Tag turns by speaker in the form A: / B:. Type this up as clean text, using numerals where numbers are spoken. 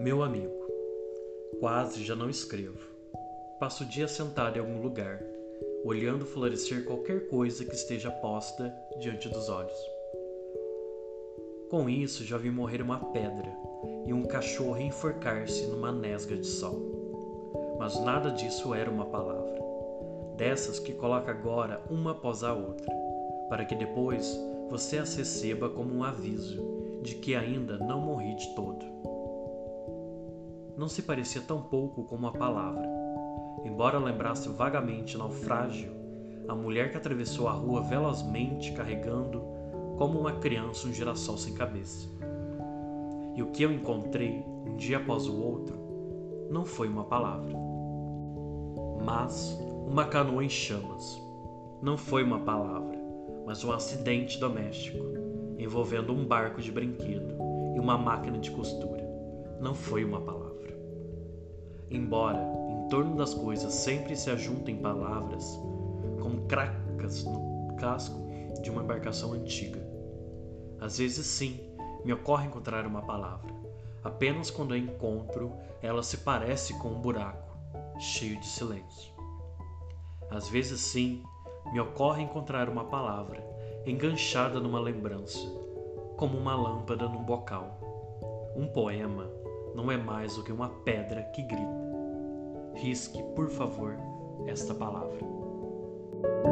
A: Meu amigo, quase já não escrevo. Passo o dia sentado em algum lugar, olhando florescer qualquer coisa que esteja posta diante dos olhos. Com isso, já vi morrer uma pedra e um cachorro enforcar-se numa nesga de sol. Mas nada disso era uma palavra, dessas que coloca agora uma após a outra, para que depois você as receba como um aviso de que ainda não morri de todo. Não se parecia tão pouco como a palavra, embora lembrasse vagamente naufrágio, a mulher que atravessou a rua velozmente carregando, como uma criança, um girassol sem cabeça. E o que eu encontrei, um dia após o outro, não foi uma palavra, mas uma canoa em chamas. Não foi uma palavra, mas um acidente doméstico, envolvendo um barco de brinquedo e uma máquina de costura. Não foi uma palavra. Embora em torno das coisas sempre se ajuntem palavras, como cracas no casco de uma embarcação antiga. Às vezes sim, me ocorre encontrar uma palavra. Apenas quando a encontro, ela se parece com um buraco, cheio de silêncio. Às vezes sim, me ocorre encontrar uma palavra, enganchada numa lembrança, como uma lâmpada num bocal. Um poema não é mais do que uma pedra que grita. Risque, por favor, esta palavra.